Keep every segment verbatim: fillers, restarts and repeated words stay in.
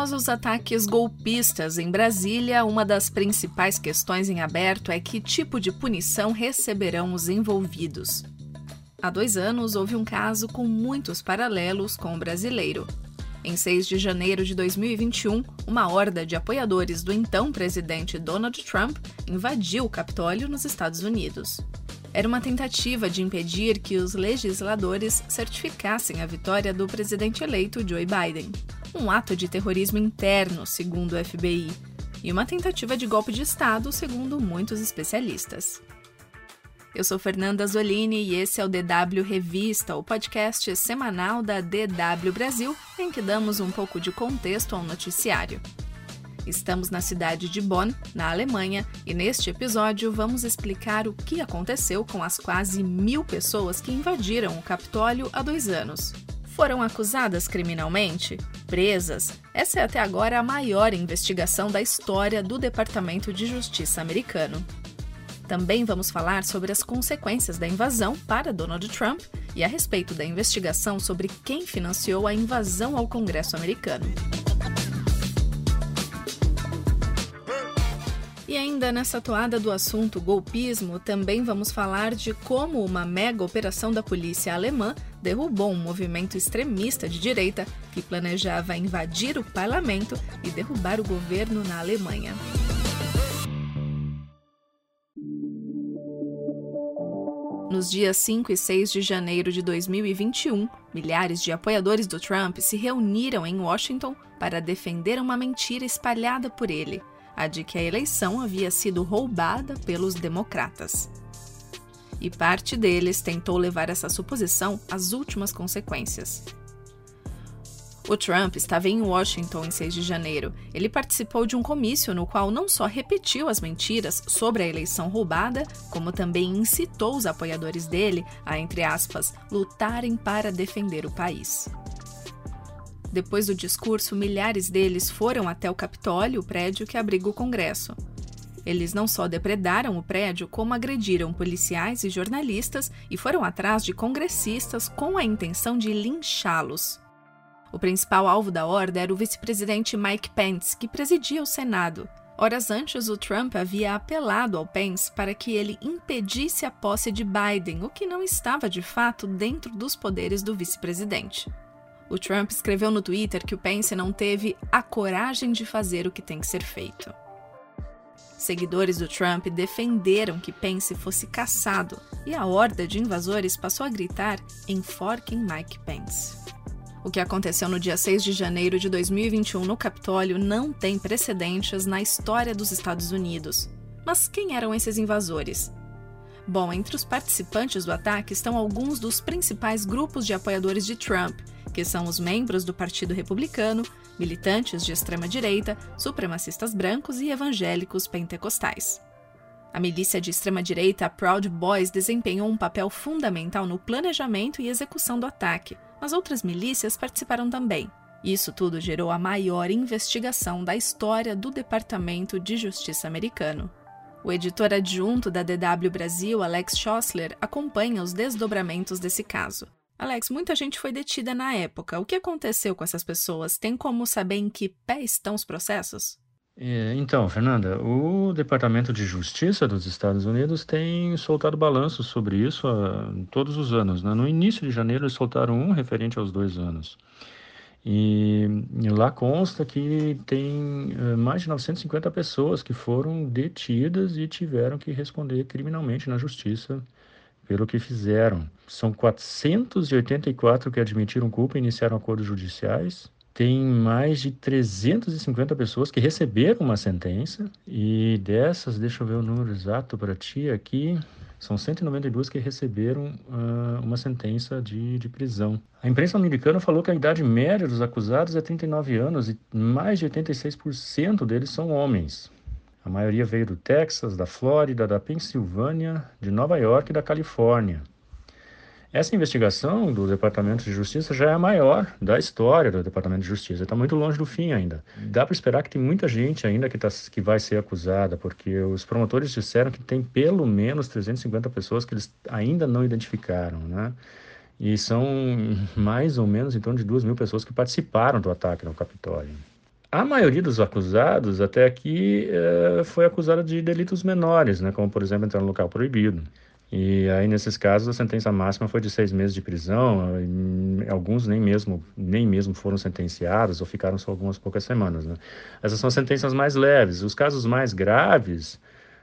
Após os ataques golpistas em Brasília, uma das principais questões em aberto é que tipo de punição receberão os envolvidos. Há dois anos, houve um caso com muitos paralelos com o brasileiro. Em seis de janeiro de dois mil e vinte e um, uma horda de apoiadores do então presidente Donald Trump invadiu o Capitólio nos Estados Unidos. Era uma tentativa de impedir que os legisladores certificassem a vitória do presidente eleito Joe Biden. Um ato de terrorismo interno, segundo o F B I, e uma tentativa de golpe de Estado, segundo muitos especialistas. Eu sou Fernanda Zolini e esse é o D W Revista, o podcast semanal da D W Brasil, em que damos um pouco de contexto ao noticiário. Estamos na cidade de Bonn, na Alemanha, e neste episódio vamos explicar o que aconteceu com as quase mil pessoas que invadiram o Capitólio há dois anos. Foram acusadas criminalmente? Presas? Essa é até agora a maior investigação da história do Departamento de Justiça americano. Também vamos falar sobre as consequências da invasão para Donald Trump e a respeito da investigação sobre quem financiou a invasão ao Congresso americano. E ainda nessa toada do assunto golpismo, também vamos falar de como uma mega operação da polícia alemã derrubou um movimento extremista de direita que planejava invadir o parlamento e derrubar o governo na Alemanha. Nos dias cinco e seis de janeiro de dois mil e vinte e um, milhares de apoiadores do Trump se reuniram em Washington para defender uma mentira espalhada por ele, a de que a eleição havia sido roubada pelos democratas. E parte deles tentou levar essa suposição às últimas consequências. O Trump estava em Washington em seis de janeiro. Ele participou de um comício no qual não só repetiu as mentiras sobre a eleição roubada, como também incitou os apoiadores dele a, entre aspas, lutarem para defender o país. Depois do discurso, milhares deles foram até o Capitólio, o prédio que abriga o Congresso. Eles não só depredaram o prédio, como agrediram policiais e jornalistas e foram atrás de congressistas com a intenção de linchá-los. O principal alvo da horda era o vice-presidente Mike Pence, que presidia o Senado. Horas antes, o Trump havia apelado ao Pence para que ele impedisse a posse de Biden, o que não estava, de fato, dentro dos poderes do vice-presidente. O Trump escreveu no Twitter que o Pence não teve a coragem de fazer o que tem que ser feito. Seguidores do Trump defenderam que Pence fosse caçado e a horda de invasores passou a gritar "Enforquem Mike Pence". O que aconteceu no dia seis de janeiro de dois mil e vinte e um no Capitólio não tem precedentes na história dos Estados Unidos. Mas quem eram esses invasores? Bom, entre os participantes do ataque estão alguns dos principais grupos de apoiadores de Trump, que são os membros do Partido Republicano, militantes de extrema-direita, supremacistas brancos e evangélicos pentecostais. A milícia de extrema-direita Proud Boys desempenhou um papel fundamental no planejamento e execução do ataque, mas outras milícias participaram também. Isso tudo gerou a maior investigação da história do Departamento de Justiça americano. O editor adjunto da D W Brasil, Alex Schossler, acompanha os desdobramentos desse caso. Alex, muita gente foi detida na época. O que aconteceu com essas pessoas? Tem como saber em que pé estão os processos? É, então, Fernanda, o Departamento de Justiça dos Estados Unidos tem soltado balanços sobre isso há todos os anos, né? No início de janeiro eles soltaram um referente aos dois anos. E, e lá consta que tem uh, mais de novecentas e cinquenta pessoas que foram detidas e tiveram que responder criminalmente na justiça pelo que fizeram. São quatrocentos e oitenta e quatro que admitiram culpa e iniciaram acordos judiciais. Tem mais de trezentas e cinquenta pessoas que receberam uma sentença e dessas, deixa eu ver o número exato para ti aqui, são cento e noventa e duas que receberam uh, uma sentença de, de prisão. A imprensa americana falou que a idade média dos acusados é trinta e nove anos e mais de oitenta e seis por cento deles são homens. A maioria veio do Texas, da Flórida, da Pensilvânia, de Nova York e da Califórnia. Essa investigação do Departamento de Justiça já é a maior da história do Departamento de Justiça. Está muito longe do fim ainda. Dá para esperar que tem muita gente ainda que, tá, que vai ser acusada, porque os promotores disseram que tem pelo menos trezentas e cinquenta pessoas que eles ainda não identificaram, né? E são mais ou menos em torno de duas mil pessoas que participaram do ataque no Capitólio. A maioria dos acusados, até aqui, eh, foi acusada de delitos menores, né, como, por exemplo, entrar no local proibido. E aí, nesses casos, a sentença máxima foi de seis meses de prisão. E alguns nem mesmo, nem mesmo foram sentenciados ou ficaram só algumas poucas semanas, né? Essas são sentenças mais leves. Os casos mais graves,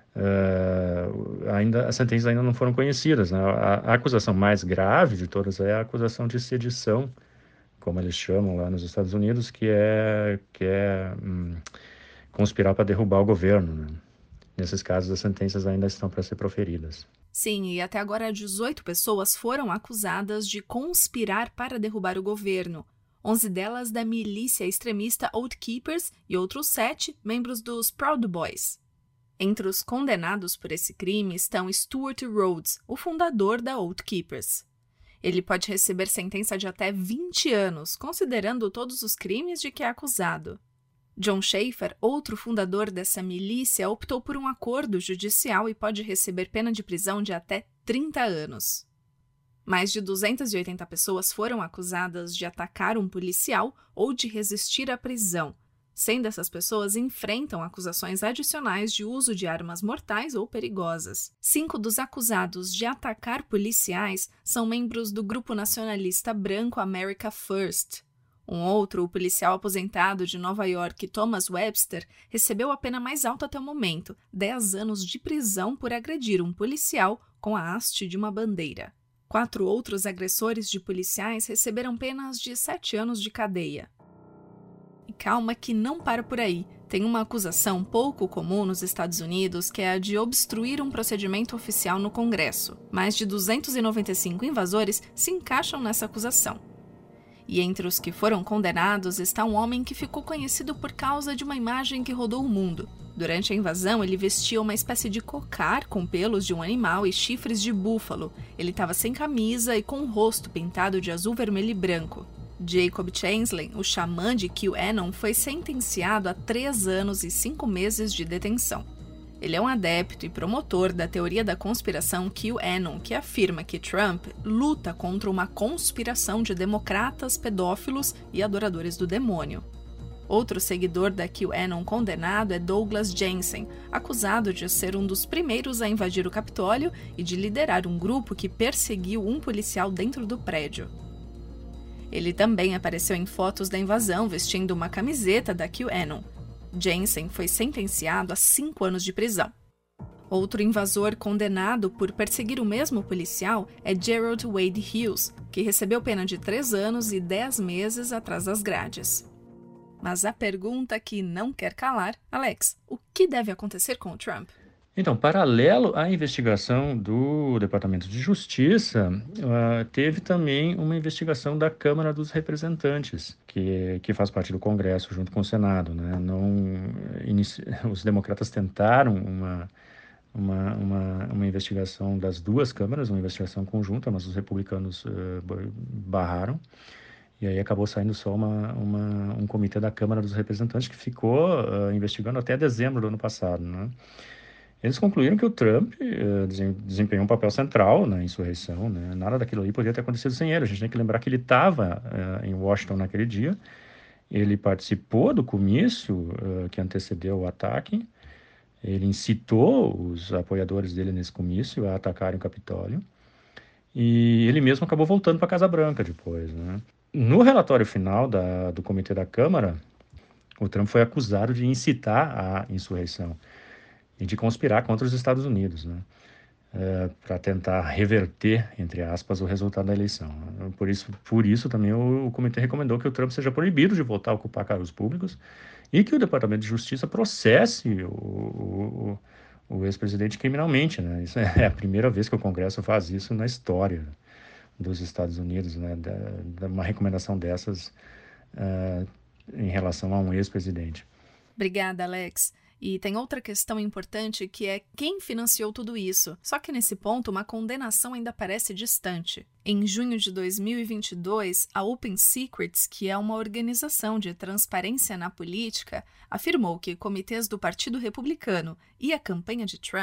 uh, ainda, as sentenças ainda não foram conhecidas, né? A, a acusação mais grave de todas é a acusação de sedição, como eles chamam lá nos Estados Unidos, que é, que é hum, conspirar para derrubar o governo, né? Nesses casos, as sentenças ainda estão para ser proferidas. Sim, e até agora dezoito pessoas foram acusadas de conspirar para derrubar o governo. onze delas da milícia extremista Oath Keepers e outros sete membros dos Proud Boys. Entre os condenados por esse crime estão Stuart Rhodes, o fundador da Oath Keepers. Ele pode receber sentença de até vinte anos, considerando todos os crimes de que é acusado. John Schaefer, outro fundador dessa milícia, optou por um acordo judicial e pode receber pena de prisão de até trinta anos. Mais de duzentas e oitenta pessoas foram acusadas de atacar um policial ou de resistir à prisão. cem dessas pessoas enfrentam acusações adicionais de uso de armas mortais ou perigosas. Cinco dos acusados de atacar policiais são membros do grupo nacionalista branco America First. Um outro, o policial aposentado de Nova York, Thomas Webster, recebeu a pena mais alta até o momento, dez anos de prisão por agredir um policial com a haste de uma bandeira. Quatro outros agressores de policiais receberam penas de sete anos de cadeia. E calma que não para por aí. Tem uma acusação pouco comum nos Estados Unidos, que é a de obstruir um procedimento oficial no Congresso. Mais de duzentos e noventa e cinco invasores se encaixam nessa acusação. E entre os que foram condenados está um homem que ficou conhecido por causa de uma imagem que rodou o mundo. Durante a invasão, ele vestia uma espécie de cocar com pelos de um animal e chifres de búfalo. Ele estava sem camisa e com o rosto pintado de azul, vermelho e branco. Jacob Chansley, o xamã de QAnon, foi sentenciado a três anos e cinco meses de detenção. Ele é um adepto e promotor da teoria da conspiração QAnon, que afirma que Trump luta contra uma conspiração de democratas, pedófilos e adoradores do demônio. Outro seguidor da QAnon condenado é Douglas Jensen, acusado de ser um dos primeiros a invadir o Capitólio e de liderar um grupo que perseguiu um policial dentro do prédio. Ele também apareceu em fotos da invasão vestindo uma camiseta da QAnon. Jensen foi sentenciado a cinco anos de prisão. Outro invasor condenado por perseguir o mesmo policial é Gerald Wade Hughes, que recebeu pena de três anos e dez meses atrás das grades. Mas a pergunta que não quer calar, Alex, o que deve acontecer com o Trump? Então, paralelo à investigação do Departamento de Justiça, uh, teve também uma investigação da Câmara dos Representantes, que, que faz parte do Congresso junto com o Senado, né? Não, inici... Os democratas tentaram uma, uma, uma, uma investigação das duas câmaras, uma investigação conjunta, mas os republicanos uh, barraram. E aí acabou saindo só uma, uma, um comitê da Câmara dos Representantes que ficou uh, investigando até dezembro do ano passado, né? Eles concluíram que o Trump uh, desempenhou um papel central na insurreição, né? Nada daquilo ali poderia ter acontecido sem ele. A gente tem que lembrar que ele estava uh, em Washington naquele dia, ele participou do comício uh, que antecedeu o ataque, ele incitou os apoiadores dele nesse comício a atacarem o Capitólio, e ele mesmo acabou voltando para a Casa Branca depois, né? No relatório final da, do Comitê da Câmara, o Trump foi acusado de incitar a insurreição e de conspirar contra os Estados Unidos, né? É, para tentar reverter, entre aspas, o resultado da eleição. Por isso, por isso também o, o comitê recomendou que o Trump seja proibido de voltar a ocupar cargos públicos e que o Departamento de Justiça processe o, o, o ex-presidente criminalmente, né? Isso é a primeira vez que o Congresso faz isso na história dos Estados Unidos, né? Da, da uma recomendação dessas uh, em relação a um ex-presidente. Obrigada, Alex. E tem outra questão importante que é quem financiou tudo isso. Só que nesse ponto uma condenação ainda parece distante. Em junho de dois mil e vinte e dois, a Open Secrets, que é uma organização de transparência na política, afirmou que comitês do Partido Republicano e a campanha de Trump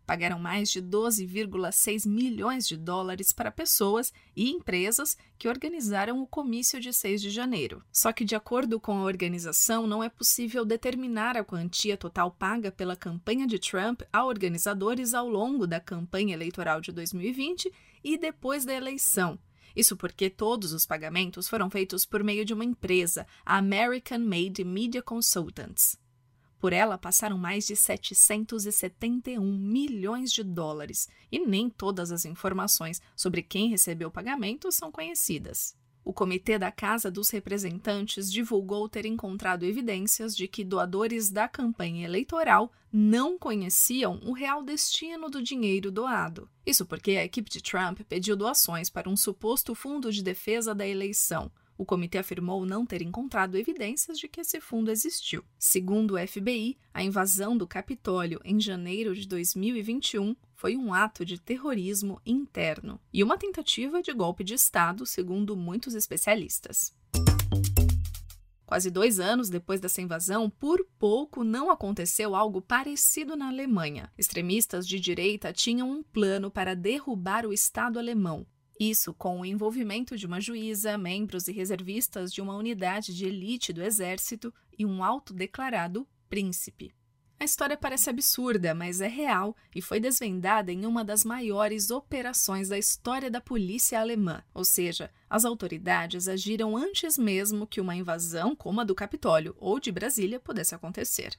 pagaram mais de doze vírgula seis milhões de dólares para pessoas e empresas que organizaram o comício de seis de janeiro. Só que, de acordo com a organização, não é possível determinar a quantia total paga pela campanha de Trump a organizadores ao longo da campanha eleitoral de dois mil e vinte e depois da eleição. Isso porque todos os pagamentos foram feitos por meio de uma empresa, a American Made Media Consultants. Por ela passaram mais de setecentos e setenta e um milhões de dólares, e nem todas as informações sobre quem recebeu o pagamento são conhecidas. O Comitê da Casa dos Representantes divulgou ter encontrado evidências de que doadores da campanha eleitoral não conheciam o real destino do dinheiro doado. Isso porque a equipe de Trump pediu doações para um suposto fundo de defesa da eleição. O comitê afirmou não ter encontrado evidências de que esse fundo existiu. Segundo o F B I, a invasão do Capitólio em janeiro de dois mil e vinte e um foi um ato de terrorismo interno e uma tentativa de golpe de Estado, segundo muitos especialistas. Quase dois anos depois dessa invasão, por pouco não aconteceu algo parecido na Alemanha. Extremistas de direita tinham um plano para derrubar o Estado alemão. Isso com o envolvimento de uma juíza, membros e reservistas de uma unidade de elite do exército e um autodeclarado príncipe. A história parece absurda, mas é real e foi desvendada em uma das maiores operações da história da polícia alemã. Ou seja, as autoridades agiram antes mesmo que uma invasão como a do Capitólio ou de Brasília pudesse acontecer.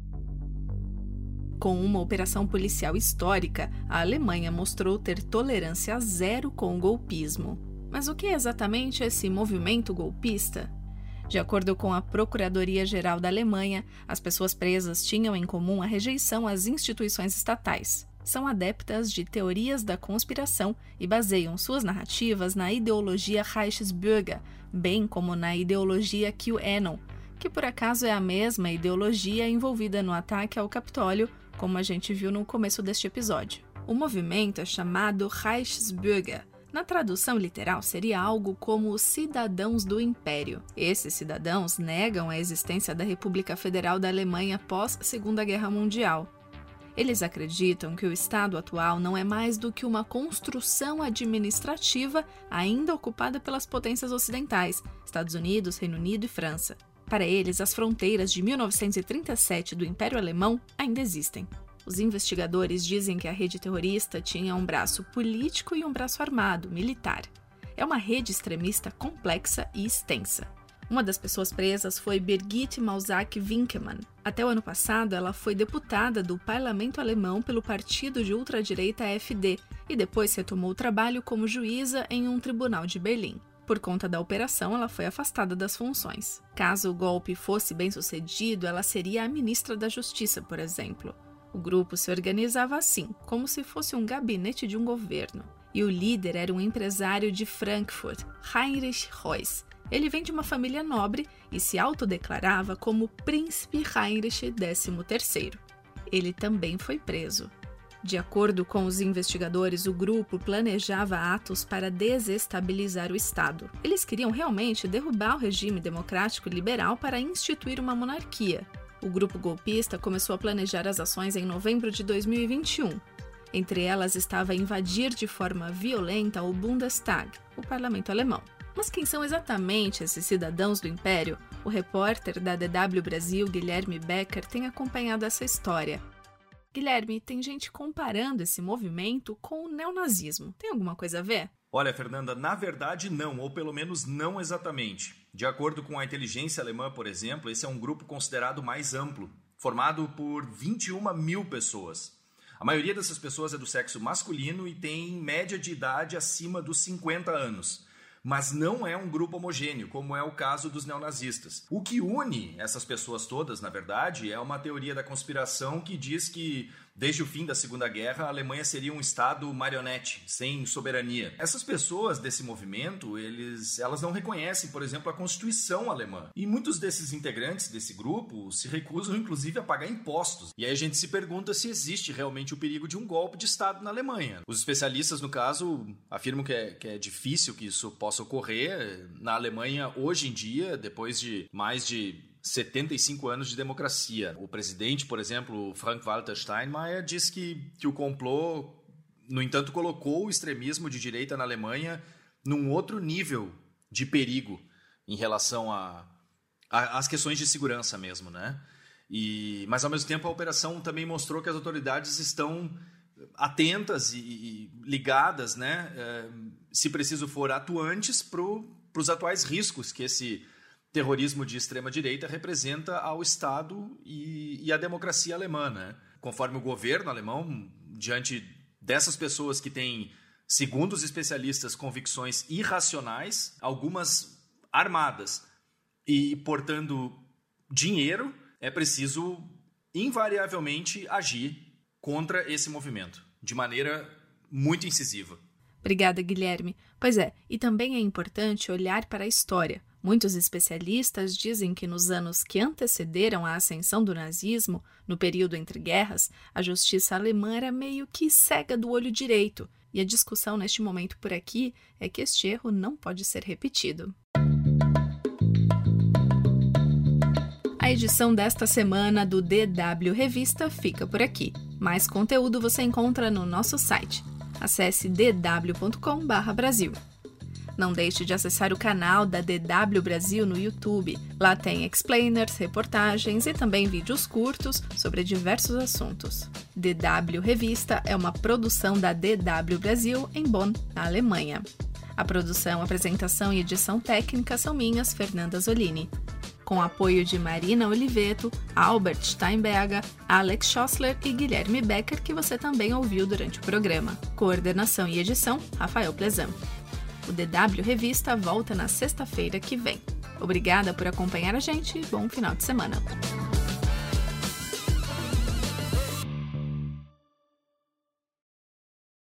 Com uma operação policial histórica, a Alemanha mostrou ter tolerância zero com o golpismo. Mas o que é exatamente esse movimento golpista? De acordo com a Procuradoria-Geral da Alemanha, as pessoas presas tinham em comum a rejeição às instituições estatais. São adeptas de teorias da conspiração e baseiam suas narrativas na ideologia Reichsbürger, bem como na ideologia QAnon, que por acaso é a mesma ideologia envolvida no ataque ao Capitólio, como a gente viu no começo deste episódio. O movimento é chamado Reichsbürger. Na tradução literal, seria algo como os cidadãos do Império. Esses cidadãos negam a existência da República Federal da Alemanha pós Segunda Guerra Mundial. Eles acreditam que o Estado atual não é mais do que uma construção administrativa ainda ocupada pelas potências ocidentais, Estados Unidos, Reino Unido e França. Para eles, as fronteiras de mil novecentos e trinta e sete do Império Alemão ainda existem. Os investigadores dizem que a rede terrorista tinha um braço político e um braço armado, militar. É uma rede extremista complexa e extensa. Uma das pessoas presas foi Birgit Malsack-Winkelmann. Até o ano passado, ela foi deputada do parlamento alemão pelo partido de ultradireita A F D e depois retomou o trabalho como juíza em um tribunal de Berlim. Por conta da operação, ela foi afastada das funções. Caso o golpe fosse bem sucedido, ela seria a ministra da Justiça, por exemplo. O grupo se organizava assim, como se fosse um gabinete de um governo. E o líder era um empresário de Frankfurt, Heinrich Reuss. Ele vem de uma família nobre e se autodeclarava como Príncipe Heinrich décimo terceiro. Ele também foi preso. De acordo com os investigadores, o grupo planejava atos para desestabilizar o Estado. Eles queriam realmente derrubar o regime democrático e liberal para instituir uma monarquia. O grupo golpista começou a planejar as ações em novembro de dois mil e vinte e um. Entre elas estava invadir de forma violenta o Bundestag, o parlamento alemão. Mas quem são exatamente esses cidadãos do Império? O repórter da D W Brasil, Guilherme Becker, tem acompanhado essa história. Guilherme, tem gente comparando esse movimento com o neonazismo. Tem alguma coisa a ver? Olha, Fernanda, na verdade não, ou pelo menos não exatamente. De acordo com a inteligência alemã, por exemplo, esse é um grupo considerado mais amplo, formado por vinte e uma mil pessoas. A maioria dessas pessoas é do sexo masculino e tem média de idade acima dos cinquenta anos. Mas não é um grupo homogêneo, como é o caso dos neonazistas. O que une essas pessoas todas, na verdade, é uma teoria da conspiração que diz que, desde o fim da Segunda Guerra, a Alemanha seria um estado marionete, sem soberania. Essas pessoas desse movimento, eles, elas não reconhecem, por exemplo, a Constituição alemã. E muitos desses integrantes desse grupo se recusam, inclusive, a pagar impostos. E aí a gente se pergunta se existe realmente o perigo de um golpe de Estado na Alemanha. Os especialistas, no caso, afirmam que é, que é difícil que isso possa ocorrer. Na Alemanha, hoje em dia, depois de mais de setenta e cinco anos de democracia. O presidente, por exemplo, Frank-Walter Steinmeier, diz que, que o complô, no entanto, colocou o extremismo de direita na Alemanha num outro nível de perigo em relação a, a, às questões de segurança mesmo, né? E, mas, ao mesmo tempo, a operação também mostrou que as autoridades estão atentas e, e ligadas, né? É, se preciso for, atuantes para os atuais riscos que esse terrorismo de extrema-direita representa ao Estado e, e à democracia alemã, né? Conforme o governo alemão, diante dessas pessoas que têm, segundo os especialistas, convicções irracionais, algumas armadas e portando dinheiro, é preciso invariavelmente agir contra esse movimento, de maneira muito incisiva. Obrigada, Guilherme. Pois é, e também é importante olhar para a história. Muitos especialistas dizem que nos anos que antecederam a ascensão do nazismo, no período entre guerras, a justiça alemã era meio que cega do olho direito, e a discussão neste momento por aqui é que este erro não pode ser repetido. A edição desta semana do D W Revista fica por aqui. Mais conteúdo você encontra no nosso site. Acesse d w ponto com barra brasil. Não deixe de acessar o canal da D W Brasil no YouTube. Lá tem explainers, reportagens e também vídeos curtos sobre diversos assuntos. D W Revista é uma produção da D W Brasil em Bonn, na Alemanha. A produção, apresentação e edição técnica são minhas, Fernanda Zolini. Com apoio de Marina Oliveto, Albert Steinberger, Alex Schossler e Guilherme Becker, que você também ouviu durante o programa. Coordenação e edição, Rafael Plezan. O D W Revista volta na sexta-feira que vem. Obrigada por acompanhar a gente e bom final de semana.